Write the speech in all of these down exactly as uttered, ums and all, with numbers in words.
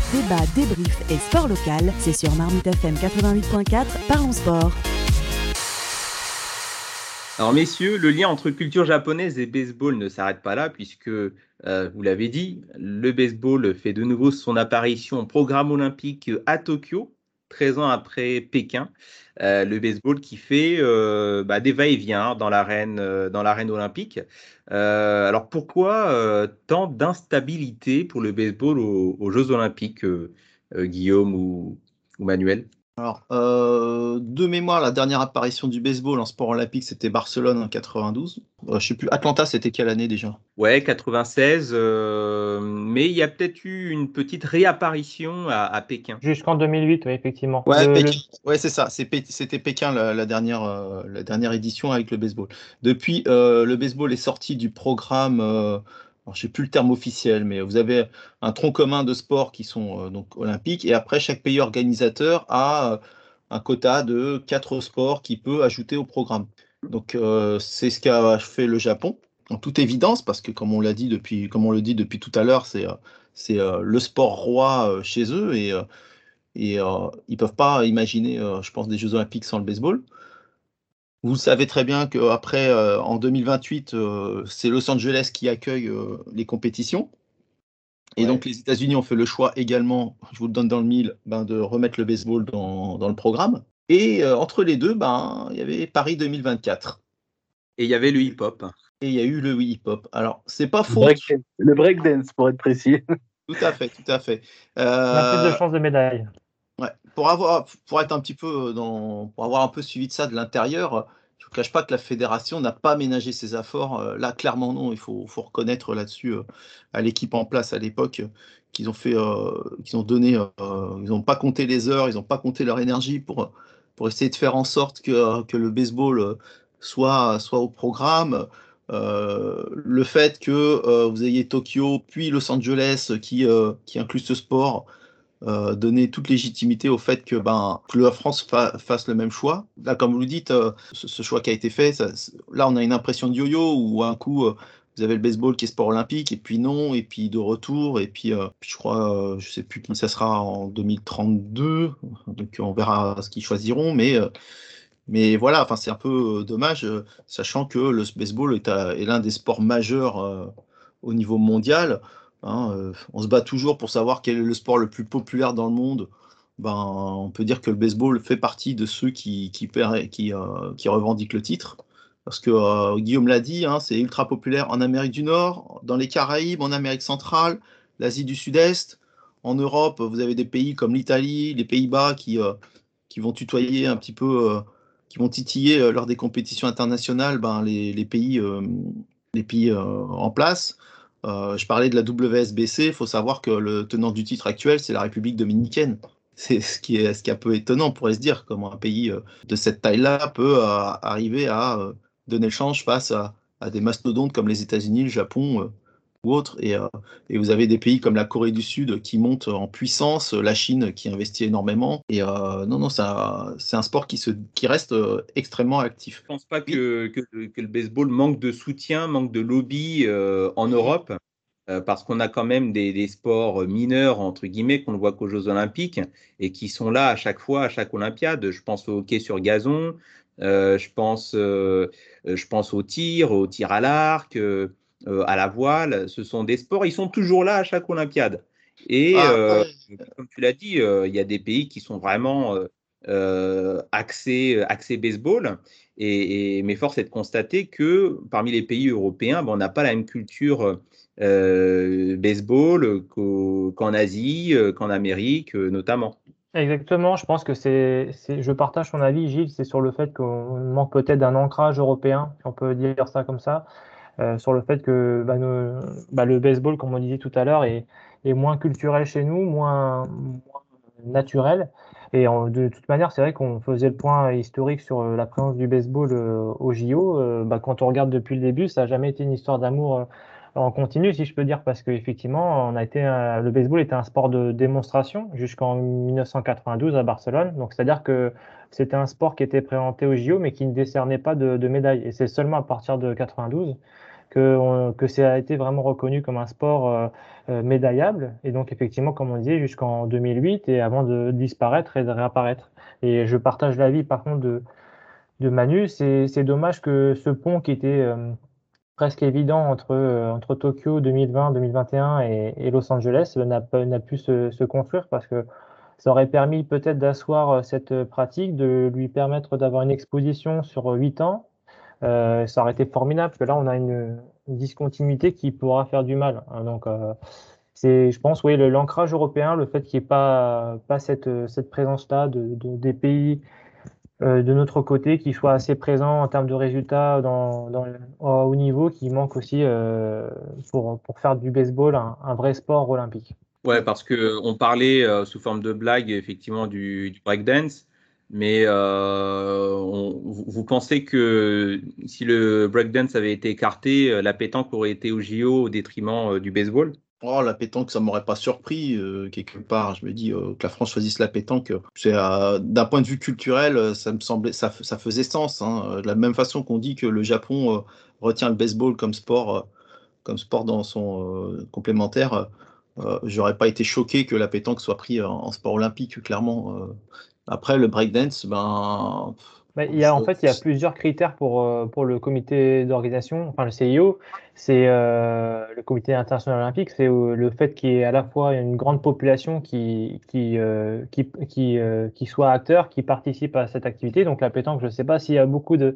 Débat, débrief et sport local, c'est sur Marmite F M quatre-vingt-huit point quatre, parlons sport. Alors messieurs, le lien entre culture japonaise et baseball ne s'arrête pas là puisque, euh, vous l'avez dit, le baseball fait de nouveau son apparition au programme olympique à Tokyo, treize ans après Pékin. Euh, le baseball qui fait euh, bah, des va-et-vient dans l'arène, euh, dans l'arène olympique. Euh, alors pourquoi euh, tant d'instabilité pour le baseball aux, aux Jeux olympiques, euh, euh, Guillaume ou, ou Manuel? Alors, euh, de mémoire, la dernière apparition du baseball en sport olympique, c'était Barcelone en quatre-vingt-douze. Euh, je sais plus, Atlanta, c'était quelle année déjà? Ouais, quatre-vingt-seize, euh, mais il y a peut-être eu une petite réapparition à, à Pékin. Jusqu'en deux mille huit, oui, effectivement. Ouais, Le, Pékin. le- Ouais, c'est ça. C'est Pé- C'était Pékin la, la dernière, euh, la dernière édition avec le baseball. Depuis, euh, le baseball est sorti du programme. Euh, alors, je sais plus le terme officiel, mais vous avez un tronc commun de sports qui sont euh, donc olympiques, et après chaque pays organisateur a euh, un quota de quatre sports qu'il peut ajouter au programme. Donc, euh, c'est ce qu'a fait le Japon, en toute évidence, parce que comme on l'a dit depuis, comme on le dit depuis tout à l'heure, c'est euh, c'est euh, le sport roi euh, chez eux, et euh, et euh, ils peuvent pas imaginer, euh, je pense, des Jeux Olympiques sans le baseball. Vous savez très bien qu'après, euh, en deux mille vingt-huit, euh, c'est Los Angeles qui accueille euh, les compétitions. Et Ouais. donc, les États-Unis ont fait le choix également, je vous le donne dans le mille, ben, de remettre le baseball dans, dans le programme. Et euh, entre les deux, ben, il y avait Paris deux mille vingt-quatre. Et il y avait le hip-hop. Et il y a eu le hip-hop. Alors, c'est pas Le faux. breakdance, le breakdance, pour être précis. Tout à fait, tout à fait. On a plus de Euh, chances de médaille. Ouais. Pour avoir, pour être un petit peu dans, pour avoir un peu suivi de ça de l'intérieur, je ne vous cache pas que la fédération n'a pas ménagé ses efforts. Euh, Là, clairement, non. Il faut, faut reconnaître là-dessus euh, à l'équipe en place à l'époque euh, qu'ils ont fait, euh, qu'ils ont donné, euh, ils n'ont pas compté les heures, ils n'ont pas compté leur énergie pour, pour essayer de faire en sorte que, que le baseball euh, soit, soit au programme. Euh, le fait que euh, vous ayez Tokyo puis Los Angeles qui, euh, qui inclut ce sport euh, donner toute légitimité au fait que, ben, que la France fa fasse le même choix. Là, comme vous le dites, euh, ce, ce, choix qui a été fait, ça, là, on a une impression de yo-yo où un coup, euh, vous avez le baseball qui est sport olympique, et puis non, et puis de retour, et puis, euh, puis je crois, euh, je sais plus qui ça sera en deux mille trente-deux, donc on verra ce qu'ils choisiront, mais, euh, mais voilà, enfin, c'est un peu euh, dommage, euh, sachant que le baseball est, est l'un des sports majeurs euh, au niveau mondial. Hein, euh, on se bat toujours pour savoir quel est le sport le plus populaire dans le monde. Ben, on peut dire que le baseball fait partie de ceux qui, qui, qui, euh, qui revendiquent le titre. Parce que euh, Guillaume l'a dit, hein, c'est ultra populaire en Amérique du Nord, dans les Caraïbes, en Amérique centrale, l'Asie du Sud-Est. En Europe, vous avez des pays comme l'Italie, les Pays-Bas qui, euh, qui vont tutoyer un petit peu, euh, qui vont titiller euh, lors des compétitions internationales ben, les, les pays, euh, les pays euh, en place. Euh, je parlais de la W S B C, il faut savoir que le tenant du titre actuel, c'est la République dominicaine. C'est ce qui est, ce qui est un peu étonnant, on pourrait se dire, comment un pays euh, de cette taille-là peut euh, arriver à euh, donner le change face à, à des mastodontes comme les États-Unis, le Japon euh, ou autres. Et, euh, et vous avez des pays comme la Corée du Sud qui montent en puissance, la Chine qui investit énormément. Et euh, non, non, c'est un, c'est un sport qui, se, qui reste euh, extrêmement actif. Je ne pense pas que, que, que le baseball manque de soutien, manque de lobby euh, en Europe, euh, parce qu'on a quand même des, des sports mineurs, entre guillemets, qu'on ne voit qu'aux Jeux Olympiques, et qui sont là à chaque fois, à chaque Olympiade. Je pense au hockey sur gazon, euh, je, pense, euh, je pense au tir, au tir à l'arc, euh, euh, à la voile. Ce sont des sports, ils sont toujours là à chaque Olympiade. Et Ah, euh, ouais. comme tu l'as dit, euh, il y a des pays qui sont vraiment euh, euh, axés, axés baseball. Et, et, mais force est de constater que parmi les pays européens, ben, on n'a pas la même culture euh, baseball qu'au, qu'en Asie, euh, qu'en Amérique euh, notamment. Exactement, je pense que c'est, c'est, je partage ton avis, Gilles, c'est sur le fait qu'on manque peut-être d'un ancrage européen, si on peut dire ça comme ça, euh, sur le fait que bah, nos- bah, le baseball, comme on disait tout à l'heure, est, est moins culturel chez nous, moins, moins naturel. Et en- de toute manière, c'est vrai qu'on faisait le point historique sur euh, la présence du baseball euh, au J O. Euh, bah, quand on regarde depuis le début, ça n'a jamais été une histoire d'amour euh, en continu, si je peux dire, parce qu'effectivement, on a été, un- le baseball était un sport de démonstration jusqu'en mille neuf cent quatre-vingt-douze à Barcelone. Donc, c'est-à-dire que c'était un sport qui était présenté au J O, mais qui ne décernait pas de, de médailles. Et c'est seulement à partir de quatre-vingt-douze que, on, que ça a été vraiment reconnu comme un sport euh, euh, médaillable. Et donc, effectivement, comme on disait, jusqu'en deux mille huit et avant de disparaître et de réapparaître. Et je partage l'avis, par contre, de, de Manu. C'est, c'est dommage que ce pont qui était euh, presque évident entre, euh, entre Tokyo deux mille vingt, deux mille vingt et un et, et Los Angeles euh, n'a, pas- n'a pu se, se construire parce que ça aurait permis peut-être d'asseoir euh, cette pratique, de lui permettre d'avoir une exposition sur huit ans. Euh, ça aurait été formidable, parce que là, on a une, une discontinuité qui pourra faire du mal, hein. Donc, euh, c'est, je pense, oui, le- l'ancrage européen, le fait qu'il n'y ait pas, pas cette, cette présence-là de, de- des pays euh, de notre côté qui soient assez présents en termes de résultats dans, dans le- au haut niveau, qui manque aussi euh, pour, pour faire du baseball un, un vrai sport olympique. Ouais, parce que on parlait euh, sous forme de blague effectivement du, du breakdance, mais euh, on- vous, vous pensez que si le breakdance avait été écarté, euh, la pétanque aurait été au J O au détriment euh, du baseball? Oh, la pétanque, ça m'aurait pas surpris euh, quelque part. Je me dis euh, que la France choisisse la pétanque. euh, C'est euh, d'un point de vue culturel, euh, ça me semblait, ça, f- ça faisait sens, hein. Euh, De la même façon qu'on dit que le Japon euh, retient le baseball comme sport, euh, comme sport dans son euh, complémentaire. euh, euh, j'aurais pas été choqué que la pétanque soit prise en, en sport olympique, clairement. euh. Après, le breakdance, ben, Bah, il y a, en je- fait, il y a plusieurs critères pour, euh, pour le comité d'organisation, enfin le C I O. C'est euh, le comité international olympique, c'est euh, le fait qu'il y ait à la fois une grande population qui, qui, euh, qui, qui, euh, qui soit acteur, qui participe à cette activité. Donc la pétanque, je ne sais pas s'il y a beaucoup de,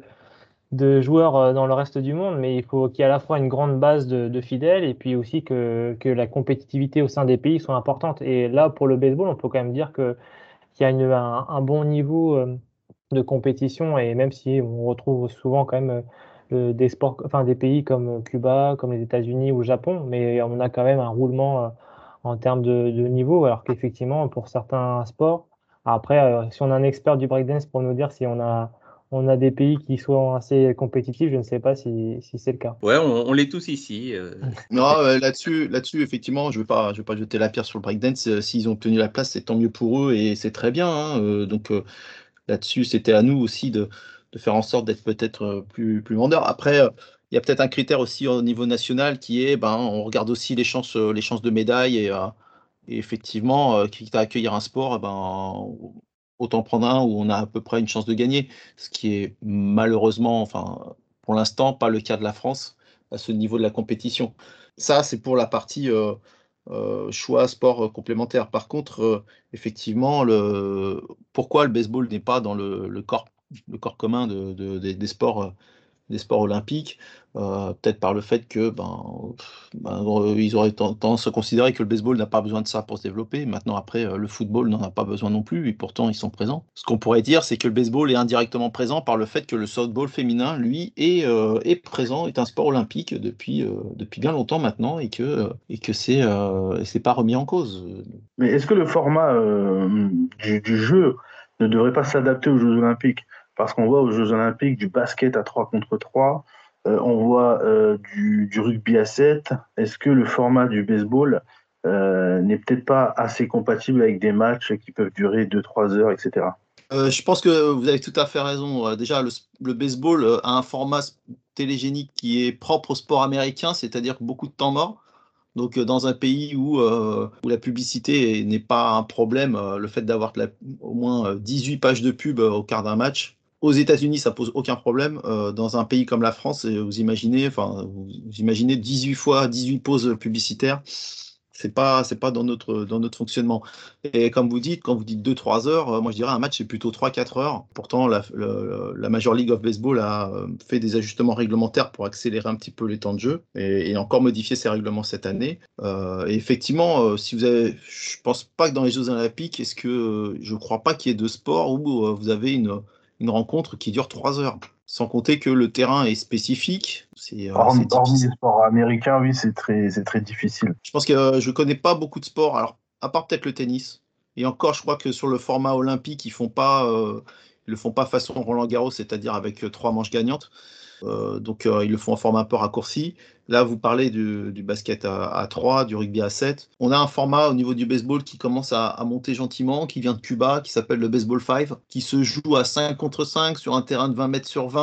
de joueurs euh, dans le reste du monde, mais il faut qu'il y ait à la fois une grande base de, de fidèles et puis aussi que, que la compétitivité au sein des pays soit importante. Et là, pour le baseball, on peut quand même dire que qu'il y a une- un, un bon niveau euh, de compétition et même si on retrouve souvent quand même euh, le- des sports, enfin des pays comme Cuba, comme les États-Unis ou le Japon, mais on a quand même un roulement euh, en termes de, de niveau, alors qu'effectivement pour certains sports, après euh, si on a un expert du breakdance pour nous dire si on a on a des pays qui sont assez compétitifs, je ne sais pas si, si c'est le cas. Ouais, on, on l'est tous ici. euh, Non, euh, là-dessus, là-dessus, effectivement, je ne vais pas, je vais pas jeter la pierre sur le breakdance. Euh, S'ils ont obtenu la place, c'est tant mieux pour eux et c'est très bien, hein. Euh, donc euh, là-dessus, c'était à nous aussi de, de faire en sorte d'être peut-être euh, plus, plus vendeurs. Après, euh, il y a peut-être un critère aussi au niveau national qui est, ben, on regarde aussi les chances, euh, les chances de médaille et, euh, et effectivement, euh, quitte à accueillir un sport, eh ben, autant prendre un où on a à peu près une chance de gagner, ce qui est malheureusement, enfin, pour l'instant, pas le cas de la France à ce niveau de la compétition. Ça, c'est pour la partie euh, euh, choix sport euh, complémentaire. Par contre, euh, effectivement, le, pourquoi le baseball n'est pas dans le, le corps, le corps commun de, de- des des sports, euh, des sports olympiques, euh, peut-être par le fait que ben, pff, ben, euh, ils auraient ten- tendance à considérer que le baseball n'a pas besoin de ça pour se développer. Maintenant, après, euh, le football n'en a pas besoin non plus, et pourtant ils sont présents. Ce qu'on pourrait dire, c'est que le baseball est indirectement présent par le fait que le softball féminin, lui, est, euh, est présent, est un sport olympique depuis, euh, depuis bien longtemps maintenant, et que, euh, et que c'est euh, et c'est pas remis en cause. Mais est-ce que le format euh, du, du jeu ne devrait pas s'adapter aux Jeux Olympiques? Parce qu'on voit aux Jeux Olympiques du basket à trois contre trois, euh, on voit euh, du, du rugby à sept. Est-ce que le format du baseball euh, n'est peut-être pas assez compatible avec des matchs qui peuvent durer deux trois heures, et cetera? Euh, je pense que vous avez tout à fait raison. Euh, Déjà, le, le baseball euh, a un format s- télégénique qui est propre au sport américain, c'est-à-dire beaucoup de temps mort. Donc, euh, dans un pays où, euh, où la publicité n'est pas un problème, euh, le fait d'avoir de la- au moins euh, dix-huit pages de pub euh, au quart d'un match, aux États-Unis, ça pose aucun problème. Euh, dans un pays comme la France, euh, vous imaginez, enfin, vous imaginez dix-huit fois dix-huit pauses publicitaires. C'est pas, c'est pas dans notre, dans notre fonctionnement. Et comme vous dites, quand vous dites deux trois heures, euh, moi je dirais un match c'est plutôt trois quatre heures. Pourtant, la, le- la Major League of Baseball a euh, fait des ajustements réglementaires pour accélérer un petit peu les temps de jeu et, et encore modifié ses règlements cette année. Euh, et effectivement, euh, si vous avez, je pense pas que dans les Jeux Olympiques, est-ce que euh, je crois pas qu'il y ait de sport où euh, vous avez une, une rencontre qui dure trois heures. Sans compter que le terrain est spécifique, c'est euh, c'est Hormis, hormis difficile. les sports américains, oui, c'est très, c'est très difficile. Je pense que euh, je connais pas beaucoup de sports, alors à part peut-être le tennis. Et encore, je crois que sur le format olympique, ils font pas, euh, ils le font pas façon Roland-Garros, c'est-à-dire avec euh, trois manches gagnantes. Euh, donc euh, ils le font en format un peu raccourci. Là, vous parlez du, du basket à, à trois, du rugby à sept. On a un format au niveau du baseball qui commence à, à monter gentiment, qui vient de Cuba, qui s'appelle le baseball cinq, qui se joue à cinq contre cinq sur un terrain de vingt mètres sur vingt.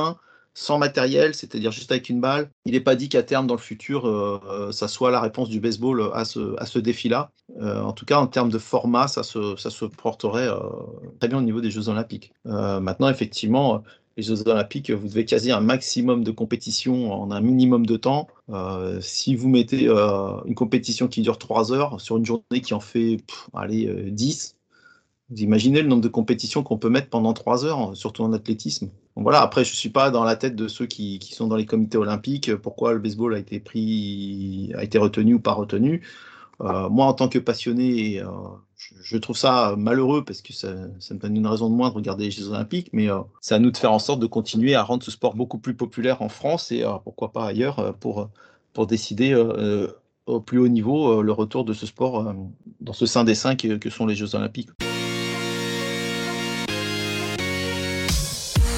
sans matériel, c'est-à-dire juste avec une balle. Il n'est pas dit qu'à terme, dans le futur, euh, ça soit la réponse du baseball à ce, à ce défi-là. Euh, en tout cas, en termes de format, ça se, ça se porterait euh, très bien au niveau des Jeux Olympiques. Euh, maintenant, effectivement, les Jeux Olympiques, vous devez caser un maximum de compétitions en un minimum de temps. Euh, si vous mettez euh, une compétition qui dure trois heures sur une journée qui en fait pff, allez, euh, dix, vous imaginez le nombre de compétitions qu'on peut mettre pendant trois heures, surtout en athlétisme. Donc voilà, après, je ne suis pas dans la tête de ceux qui, qui sont dans les comités olympiques, pourquoi le baseball a été pris, a été retenu ou pas retenu. Euh, moi, en tant que passionné, euh, je, je trouve ça malheureux parce que ça, ça me donne une raison de moins de regarder les Jeux Olympiques, mais euh, c'est à nous de faire en sorte de continuer à rendre ce sport beaucoup plus populaire en France et euh, pourquoi pas ailleurs euh, pour, pour décider euh, au plus haut niveau euh, le retour de ce sport euh, dans ce sein des saints que, que sont les Jeux Olympiques.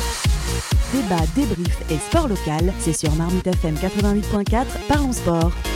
Débat, débrief et sport local, c'est sur Marmite F M quatre-vingt-huit point quatre, parlons sport.